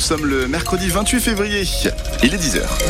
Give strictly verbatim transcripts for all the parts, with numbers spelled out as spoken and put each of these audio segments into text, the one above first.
sommes le mercredi vingt-huit février. Il est dix heures.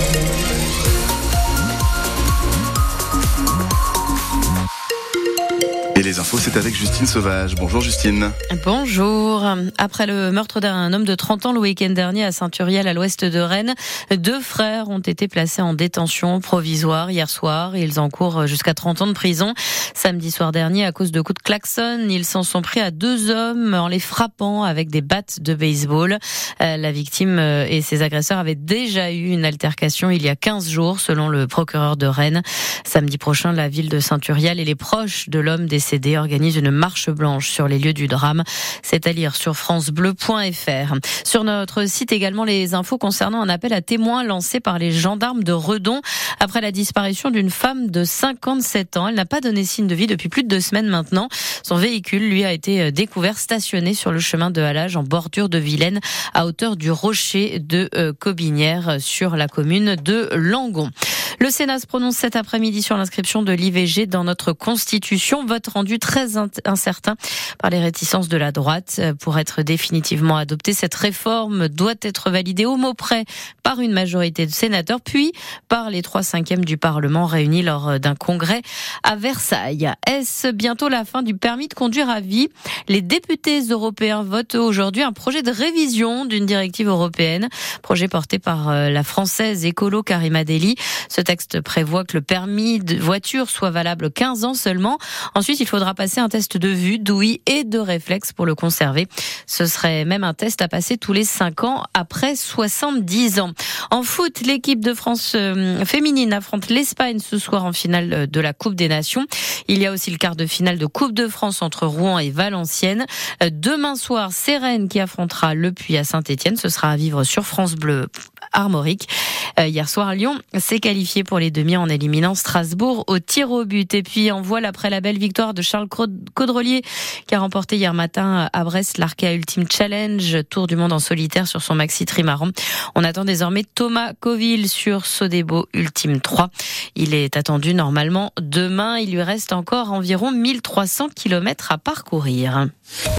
Et les infos, c'est avec Justine Sauvage. Bonjour Justine. Bonjour. Après le meurtre d'un homme de trente ans le week-end dernier à Saint-Uriel, à l'ouest de Rennes, deux frères ont été placés en détention provisoire hier soir. Ils encourent jusqu'à trente ans de prison. Samedi soir dernier, à cause de coups de klaxon, ils s'en sont pris à deux hommes en les frappant avec des battes de baseball. La victime et ses agresseurs avaient déjà eu une altercation il y a quinze jours, selon le procureur de Rennes. Samedi prochain, la ville de Saint-Uriel et les proches de l'homme décédé organisent une marche blanche sur les lieux du drame. C'est à lire sur francebleu point f r. Sur notre site également, les infos concernant un appel à témoins lancé par les gendarmes de Redon après la disparition d'une femme de cinquante-sept ans. Elle n'a pas donné signe de vie depuis plus de deux semaines maintenant. Son véhicule, lui, a été découvert stationné sur le chemin de halage en bordure de Vilaine, à hauteur du rocher de Cobinière, sur la commune de Langon. Le Sénat se prononce cet après-midi sur l'inscription de l'I V G dans notre Constitution. Vote rendu très incertain par les réticences de la droite. Pour être définitivement adoptée, cette réforme doit être validée au mot près par une majorité de sénateurs, puis par les trois cinquièmes du Parlement réunis lors d'un congrès à Versailles. Est-ce bientôt la fin du permis de conduire à vie ? Les députés européens votent aujourd'hui un projet de révision d'une directive européenne, projet porté par la française écolo Karima Delli. Ce texte prévoit que le permis de voiture soit valable quinze ans seulement. Ensuite, il faudra passer un test de vue, d'ouïe et de réflexe pour le conserver. Ce serait même un test à passer tous les cinq ans après soixante-dix ans. En foot, l'équipe de France euh, féminine affronte l'Espagne ce soir en finale de la Coupe des Nations. Il y a aussi le quart de finale de Coupe de France entre Rouen et Valenciennes. Euh, demain soir, c'est Rennes qui affrontera Le Puy à Saint-Étienne. Ce sera à vivre sur France Bleu Armorique. Euh, hier soir, Lyon s'est qualifié pour les demi en éliminant Strasbourg au tir au but. Et puis en voile, après la belle victoire de Charles Caudrelier qui a remporté hier matin à Brest l'Arkea Ultimate Challenge, tour du monde en solitaire sur son maxi trimaran. On attend désormais Thomas Coville sur Sodebo Ultime trois. Il est attendu normalement demain. Il lui reste encore environ mille trois cents kilomètres à parcourir.